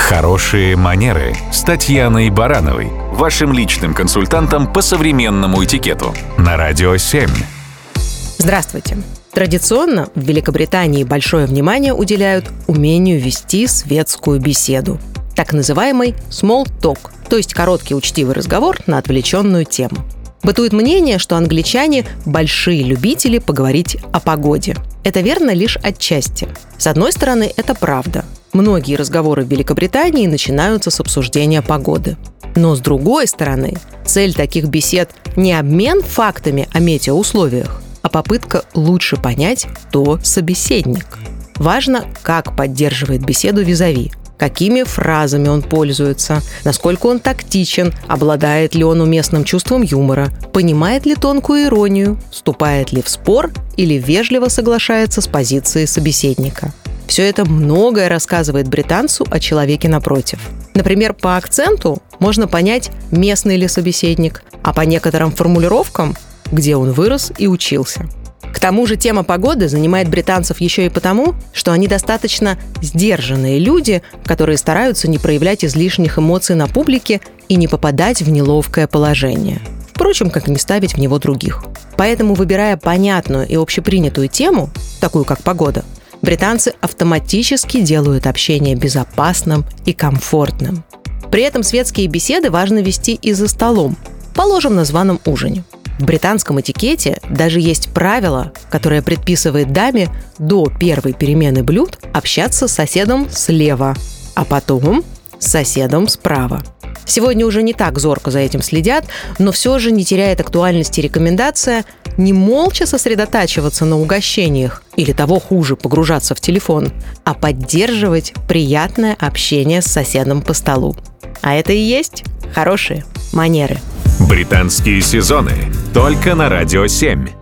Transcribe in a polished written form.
Хорошие манеры с Татьяной Барановой, вашим личным консультантом по современному этикету на Радио 7. Здравствуйте. Традиционно в Великобритании большое внимание уделяют умению вести светскую беседу, так называемый small talk, то есть короткий учтивый разговор на отвлеченную тему. Бытует мнение, что англичане – большие любители поговорить о погоде. Это верно лишь отчасти. С одной стороны, это правда. Многие разговоры в Великобритании начинаются с обсуждения погоды. Но с другой стороны, цель таких бесед не обмен фактами о метеоусловиях, а попытка лучше понять, кто собеседник. Важно, как поддерживает беседу визави, какими фразами он пользуется, насколько он тактичен, обладает ли он уместным чувством юмора, понимает ли тонкую иронию, вступает ли в спор или вежливо соглашается с позицией собеседника. Все это многое рассказывает британцу о человеке напротив. Например, по акценту можно понять, местный ли собеседник, а по некоторым формулировкам, где он вырос и учился. К тому же тема погоды занимает британцев еще и потому, что они достаточно сдержанные люди, которые стараются не проявлять излишних эмоций на публике и не попадать в неловкое положение. Впрочем, как и не ставить в него других. Поэтому, выбирая понятную и общепринятую тему, такую как погода, британцы автоматически делают общение безопасным и комфортным. При этом светские беседы важно вести и за столом, положим, на званом ужине. В британском этикете даже есть правило, которое предписывает даме до первой перемены блюд общаться с соседом слева, а потом с соседом справа. Сегодня уже не так зорко за этим следят, но все же не теряет актуальности рекомендация не молча сосредотачиваться на угощениях или того хуже погружаться в телефон, а поддерживать приятное общение с соседом по столу. А это и есть хорошие манеры. Британские сезоны только на Радио 7.